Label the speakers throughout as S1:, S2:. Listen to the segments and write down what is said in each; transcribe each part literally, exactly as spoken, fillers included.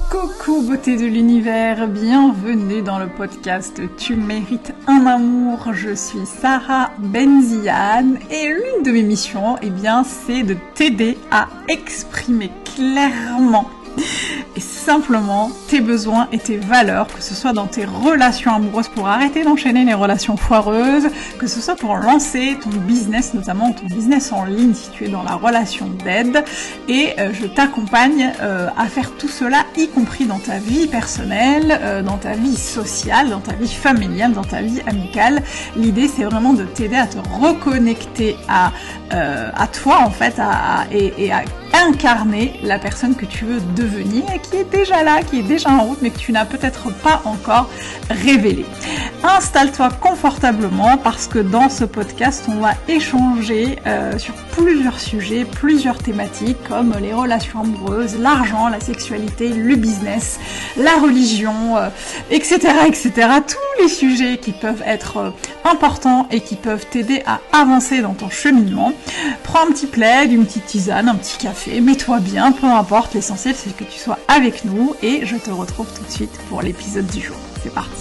S1: Coucou beauté de l'univers, bienvenue dans le podcast Tu mérites un amour. Je suis Sarah Benziane et l'une de mes missions, eh bien, c'est de t'aider à exprimer clairement et simplement tes besoins et tes valeurs, que ce soit dans tes relations amoureuses pour arrêter d'enchaîner les relations foireuses, que ce soit pour lancer ton business, notamment ton business en ligne si tu es dans la relation d'aide, et euh, je t'accompagne euh, à faire tout cela, y compris dans ta vie personnelle, euh, dans ta vie sociale, dans ta vie familiale, dans ta vie amicale. L'idée c'est vraiment de t'aider à te reconnecter à, euh, à toi en fait, à, à, et, et à incarner la personne que tu veux devenir et qui est déjà là, qui est déjà en route mais que tu n'as peut-être pas encore révélé. Installe-toi confortablement parce que dans ce podcast on va échanger euh, sur plusieurs sujets, plusieurs thématiques comme les relations amoureuses, l'argent, la sexualité, le business, la religion, euh, et cetera et cetera. Tous les sujets qui peuvent être euh, importants et qui peuvent t'aider à avancer dans ton cheminement. Prends un petit plaid, une petite tisane, un petit café, mets-toi bien, peu importe, l'essentiel c'est que tu sois avec nous et je te retrouve tout de suite pour l'épisode du jour. C'est parti.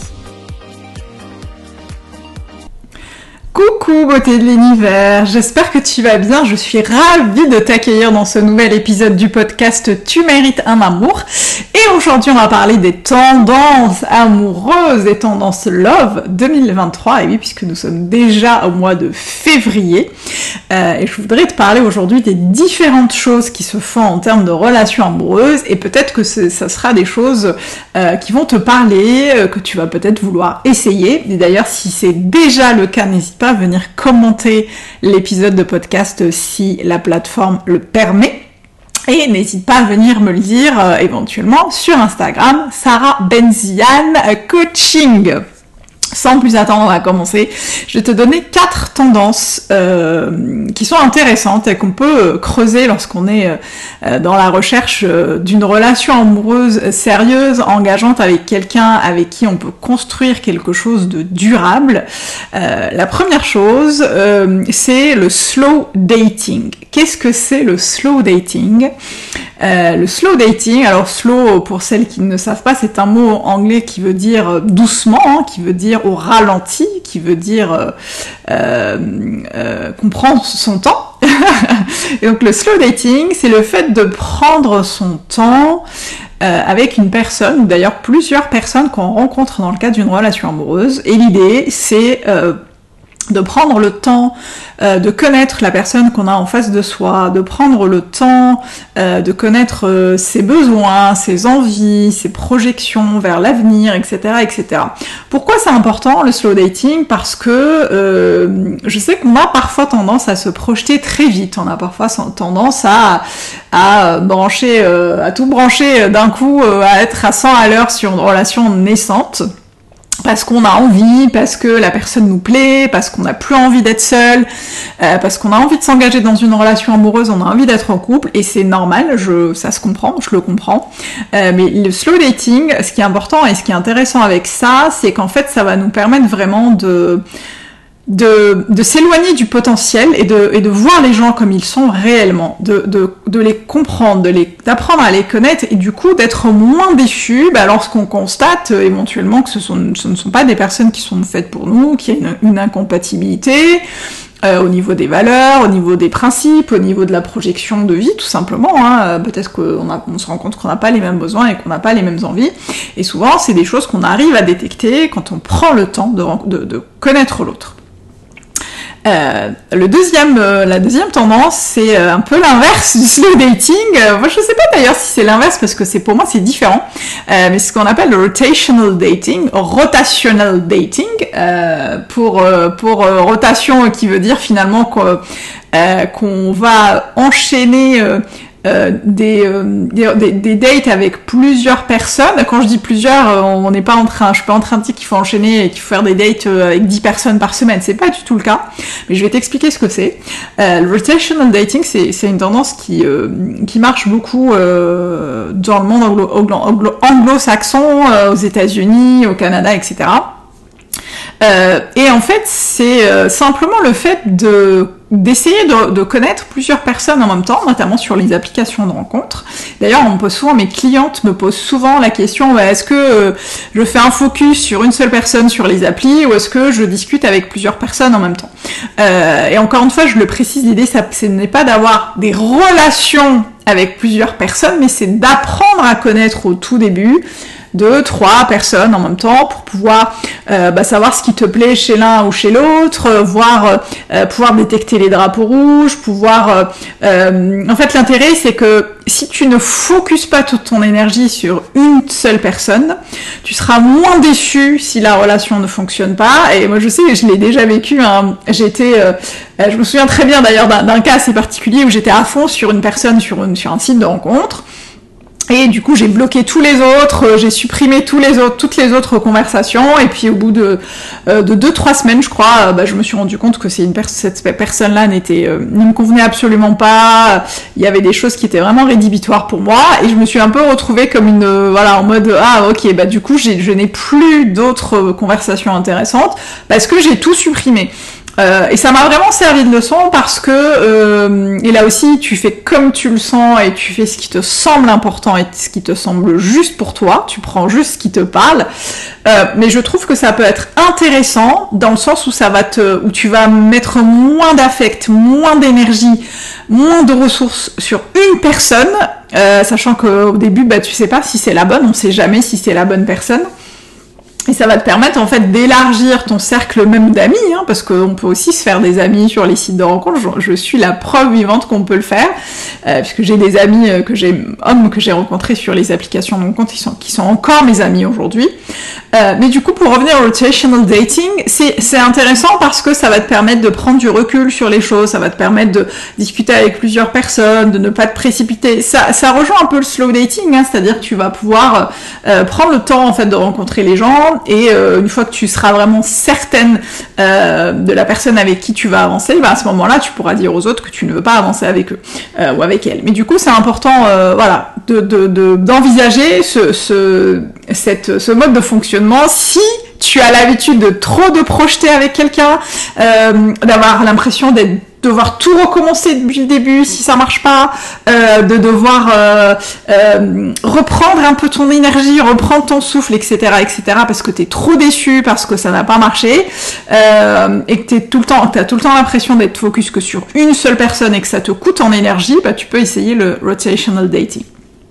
S1: Coucou beauté de l'univers, j'espère que tu vas bien, je suis ravie de t'accueillir dans ce nouvel épisode du podcast Tu mérites un amour. Et aujourd'hui on va parler des tendances amoureuses, des tendances love deux mille vingt-trois, et oui puisque nous sommes déjà au mois de février, euh, et je voudrais te parler aujourd'hui des différentes choses qui se font en termes de relations amoureuses, et peut-être que ce, ça sera des choses euh, qui vont te parler, euh, que tu vas peut-être vouloir essayer, et d'ailleurs si c'est déjà le cas, n'hésite pas à venir commenter l'épisode de podcast si la plateforme le permet. Et n'hésite pas à venir me le dire euh, éventuellement sur Instagram, Sarah Benziane Coaching. Sans plus attendre, on va commencer. Je vais te donner quatre tendances euh, qui sont intéressantes et qu'on peut creuser lorsqu'on est euh, dans la recherche euh, d'une relation amoureuse sérieuse, engageante avec quelqu'un avec qui on peut construire quelque chose de durable. Euh, la première chose, euh, c'est le slow dating. Qu'est-ce que c'est le slow dating ? Euh, le slow dating, alors slow pour celles qui ne savent pas, c'est un mot anglais qui veut dire doucement, hein, qui veut dire au ralenti, qui veut dire euh, euh, euh, qu'on prend son temps. Et donc le slow dating, c'est le fait de prendre son temps euh, avec une personne, ou d'ailleurs plusieurs personnes qu'on rencontre dans le cadre d'une relation amoureuse. Et l'idée, c'est euh, de prendre le temps euh, de connaître la personne qu'on a en face de soi, de prendre le temps euh, de connaître euh, ses besoins, ses envies, ses projections vers l'avenir, et cetera, et cetera. Pourquoi c'est important le slow dating ? Parce que euh, je sais qu'on a parfois tendance à se projeter très vite, on a parfois tendance à, à brancher, euh, à tout brancher d'un coup, euh, à être à cent à l'heure sur une relation naissante. Parce qu'on a envie, parce que la personne nous plaît, parce qu'on n'a plus envie d'être seul, euh, parce qu'on a envie de s'engager dans une relation amoureuse, on a envie d'être en couple, et c'est normal, je, ça se comprend, je le comprends. Euh, mais le slow dating, ce qui est important et ce qui est intéressant avec ça, c'est qu'en fait, ça va nous permettre vraiment de... De, de s'éloigner du potentiel et de, et de voir les gens comme ils sont réellement, de, de, de les comprendre, de les, d'apprendre à les connaître et du coup d'être moins déçus bah, lorsqu'on constate euh, éventuellement que ce, sont, ce ne sont pas des personnes qui sont faites pour nous, qu'il y a une, une incompatibilité euh, au niveau des valeurs, au niveau des principes, au niveau de la projection de vie tout simplement. Hein. Peut-être qu'on a, on se rend compte qu'on n'a pas les mêmes besoins et qu'on n'a pas les mêmes envies et souvent c'est des choses qu'on arrive à détecter quand on prend le temps de, de, de connaître l'autre. Euh, le deuxième, euh, la deuxième tendance, c'est euh, un peu l'inverse du slow dating. Euh, moi, je sais pas d'ailleurs si c'est l'inverse parce que c'est pour moi c'est différent. Euh, mais c'est ce qu'on appelle le rotational dating, rotational dating, euh, pour euh, pour euh, rotation qui veut dire finalement qu'on, euh, qu'on va enchaîner. Euh, Euh, des, euh, des, des dates avec plusieurs personnes. Quand je dis plusieurs, euh, on n'est pas en train, je suis pas en train de dire qu'il faut enchaîner et qu'il faut faire des dates euh, avec dix personnes par semaine, c'est pas du tout le cas, mais je vais t'expliquer ce que c'est. Euh, le rotational dating, c'est, c'est une tendance qui, euh, qui marche beaucoup euh, dans le monde anglo, anglo, anglo, anglo-saxon, euh, aux États-Unis, au Canada, et cetera. Euh, et en fait, c'est euh, simplement le fait de d'essayer de, de connaître plusieurs personnes en même temps, notamment sur les applications de rencontres. D'ailleurs, on me pose souvent, mes clientes me posent souvent la question, bah, est-ce que euh, je fais un focus sur une seule personne sur les applis, ou est-ce que je discute avec plusieurs personnes en même temps? euh, Et encore une fois, je le précise, l'idée, ça, ce n'est pas d'avoir des relations avec plusieurs personnes, mais c'est d'apprendre à connaître au tout début deux, trois personnes en même temps pour pouvoir euh, bah, savoir ce qui te plaît chez l'un ou chez l'autre, euh, voir, euh, pouvoir détecter les drapeaux rouges, pouvoir... Euh, euh, en fait, l'intérêt, c'est que si tu ne focuses pas toute ton énergie sur une seule personne, tu seras moins déçu si la relation ne fonctionne pas. Et moi, je sais, je l'ai déjà vécu, hein. J'étais... Euh, je me souviens très bien d'ailleurs d'un, d'un cas assez particulier où j'étais à fond sur une personne sur, une, sur un site de rencontre. Et du coup, j'ai bloqué tous les autres, j'ai supprimé tous les autres, toutes les autres conversations. Et puis, au bout de, euh, de deux, trois semaines, je crois, euh, bah, je me suis rendu compte que c'est une pers- cette personne-là n'était, euh, ne me convenait absolument pas. Il y avait des choses qui étaient vraiment rédhibitoires pour moi. Et je me suis un peu retrouvée comme une, euh, voilà, en mode, ah, ok, bah, du coup, j'ai, je n'ai plus d'autres conversations intéressantes parce que j'ai tout supprimé. Euh, et ça m'a vraiment servi de leçon parce que, euh, et là aussi, tu fais comme tu le sens et tu fais ce qui te semble important et ce qui te semble juste pour toi, tu prends juste ce qui te parle, euh, mais je trouve que ça peut être intéressant dans le sens où ça va te, où tu vas mettre moins d'affect, moins d'énergie, moins de ressources sur une personne, euh, sachant qu'au début, bah, tu sais pas si c'est la bonne, on sait jamais si c'est la bonne personne. Et ça va te permettre en fait d'élargir ton cercle même d'amis, hein, parce qu'on peut aussi se faire des amis sur les sites de rencontres. Je, je suis la preuve vivante qu'on peut le faire, euh, puisque j'ai des amis euh, que j'ai, hommes que j'ai rencontrés sur les applications de rencontres qui sont, qui sont encore mes amis aujourd'hui. Euh, mais du coup, pour revenir au rotational dating, c'est, c'est intéressant parce que ça va te permettre de prendre du recul sur les choses, ça va te permettre de discuter avec plusieurs personnes, de ne pas te précipiter. Ça, ça rejoint un peu le slow dating, hein, c'est-à-dire que tu vas pouvoir euh, prendre le temps en fait de rencontrer les gens. Et euh, une fois que tu seras vraiment certaine euh, de la personne avec qui tu vas avancer, bah à ce moment-là, tu pourras dire aux autres que tu ne veux pas avancer avec eux euh, ou avec elles. Mais du coup, c'est important, euh, voilà, de, de, de, d'envisager ce, ce, cette, ce mode de fonctionnement si tu as l'habitude de trop de projeter avec quelqu'un, euh, d'avoir l'impression d'être devoir tout recommencer depuis le début si ça marche pas, euh, de devoir euh, euh, reprendre un peu ton énergie, reprendre ton souffle, et cetera, et cetera, parce que t'es trop déçu, parce que ça n'a pas marché, euh, et que t'es tout le temps, t'as tout le temps l'impression d'être focus que sur une seule personne et que ça te coûte en énergie, bah tu peux essayer le rotational dating.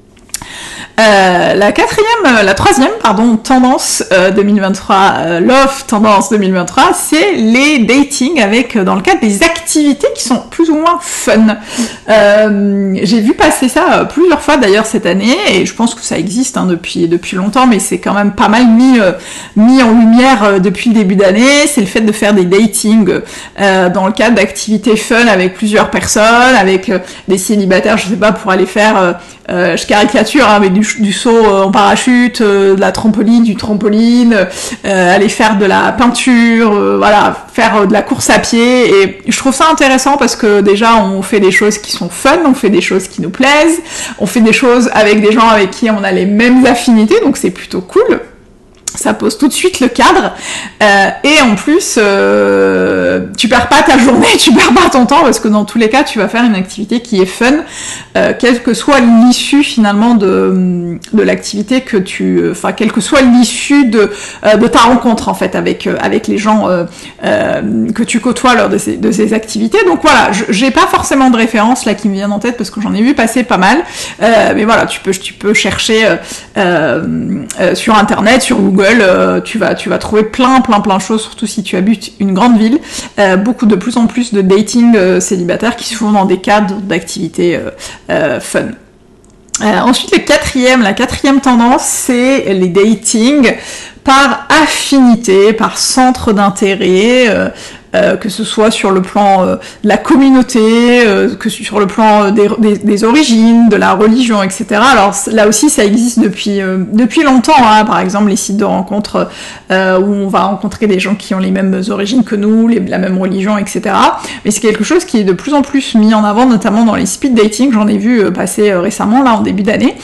S1: Euh, la quatrième, la troisième, pardon, tendance euh, deux mille vingt-trois, euh, love tendance deux mille vingt-trois, c'est les dating avec, euh, dans le cadre des activités qui sont plus ou moins fun. Euh, j'ai vu passer ça euh, plusieurs fois d'ailleurs cette année et je pense que ça existe hein, depuis depuis longtemps, mais c'est quand même pas mal mis euh, mis en lumière euh, depuis le début d'année. C'est le fait de faire des datings euh, dans le cadre d'activités fun avec plusieurs personnes, avec euh, des célibataires, je sais pas, pour aller faire, euh, euh, je caricature, hein, avec du du saut en parachute, euh, de la trampoline, du trampoline, euh, aller faire de la peinture, euh, voilà, faire euh, de la course à pied. Et je trouve ça intéressant parce que déjà on fait des choses qui sont fun, on fait des choses qui nous plaisent, on fait des choses avec des gens avec qui on a les mêmes affinités, donc c'est plutôt cool. Ça pose tout de suite le cadre, euh, et en plus euh, tu perds pas ta journée, tu perds pas ton temps, parce que dans tous les cas tu vas faire une activité qui est fun, euh, quelle que soit l'issue finalement de, de l'activité que tu, enfin quelle que soit l'issue de, euh, de ta rencontre en fait avec, euh, avec les gens euh, euh, que tu côtoies lors de ces, de ces activités. Donc voilà, je, j'ai pas forcément de référence là qui me viennent en tête parce que j'en ai vu passer pas mal, euh, mais voilà, tu peux, tu peux chercher euh, euh, sur internet, sur Google. Euh, tu vas tu vas trouver plein plein plein de choses, surtout si tu habites une grande ville, euh, beaucoup de plus en plus de dating euh, célibataires qui se font dans des cadres d'activités euh, euh, fun. Euh, ensuite le quatrième, la quatrième tendance, c'est les datings par affinité, par centre d'intérêt, euh, euh, que ce soit sur le plan euh, de la communauté, euh, que sur le plan des, des, des origines, de la religion, et cetera. Alors là aussi, ça existe depuis euh, depuis longtemps. Hein. Par exemple, les sites de rencontres euh, où on va rencontrer des gens qui ont les mêmes origines que nous, les, la même religion, et cetera. Mais c'est quelque chose qui est de plus en plus mis en avant, notamment dans les speed dating. J'en ai vu euh, passer euh, récemment, là, en début d'année.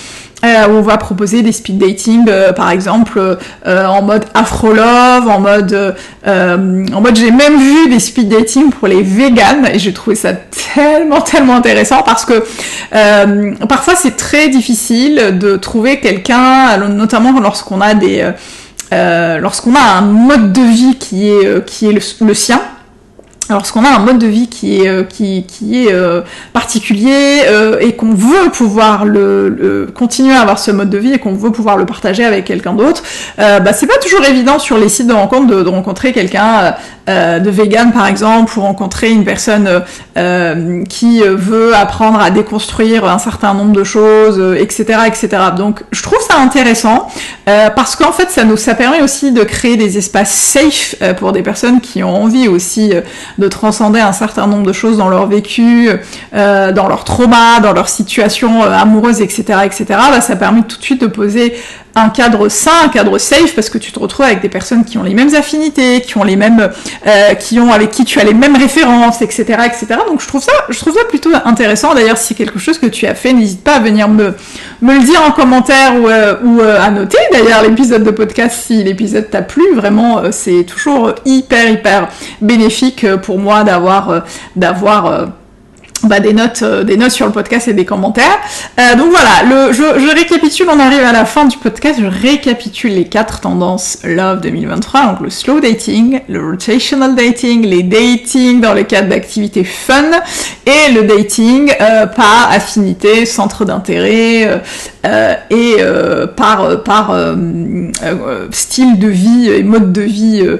S1: Euh, où on va proposer des speed dating, euh, par exemple, euh, en mode afro-love, en mode, euh, en mode, j'ai même vu des speed dating pour les véganes, et j'ai trouvé ça tellement, tellement intéressant, parce que euh, parfois c'est très difficile de trouver quelqu'un, notamment lorsqu'on a des, euh, lorsqu'on a un mode de vie qui est, euh, qui est le, le sien. Lorsqu'on a un mode de vie qui est euh, qui qui est euh, particulier euh, et qu'on veut pouvoir le, le continuer à avoir ce mode de vie et qu'on veut pouvoir le partager avec quelqu'un d'autre, euh, bah c'est pas toujours évident sur les sites de rencontre de, de rencontrer quelqu'un euh, de vegan par exemple, ou rencontrer une personne euh, qui veut apprendre à déconstruire un certain nombre de choses, et cetera, et cetera. Donc je trouve ça intéressant euh, parce qu'en fait ça nous ça permet aussi de créer des espaces safe euh, pour des personnes qui ont envie aussi euh, de transcender un certain nombre de choses dans leur vécu, euh, dans leur trauma, dans leur situation euh, amoureuse, et cetera, et cetera. Là, ça permet tout de suite de poser un cadre sain, un cadre safe, parce que tu te retrouves avec des personnes qui ont les mêmes affinités, qui ont les mêmes, euh, qui ont avec qui tu as les mêmes références, et cetera, et cetera. Donc je trouve ça, je trouve ça plutôt intéressant. D'ailleurs, si c'est quelque chose que tu as fait, n'hésite pas à venir me me le dire en commentaire ou euh, ou euh, à noter. D'ailleurs, l'épisode de podcast, si l'épisode t'a plu, vraiment, euh, c'est toujours hyper hyper bénéfique pour moi d'avoir euh, d'avoir euh, bah, des notes, euh, des notes sur le podcast et des commentaires. Euh, donc voilà, le, je, je récapitule, on arrive à la fin du podcast, je récapitule les quatre tendances Love deux mille vingt-trois, donc le slow dating, le rotational dating, les dating dans le cadre d'activités fun, et le dating euh, par affinité, centre d'intérêt, euh, euh, et euh, par, par euh, euh, style de vie et mode de vie euh,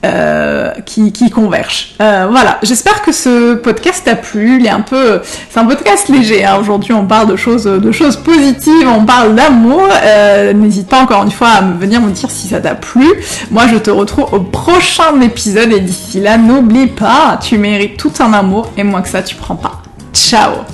S1: euh, qui, qui convergent. Euh, voilà, j'espère que ce podcast t'a plu, il est un peu, c'est un podcast léger, hein. Aujourd'hui on parle de choses, de choses positives, on parle d'amour, euh, n'hésite pas encore une fois à me venir me dire si ça t'a plu. Moi je te retrouve au prochain épisode et d'ici là n'oublie pas, tu mérites tout un amour et moins que ça tu prends pas. Ciao.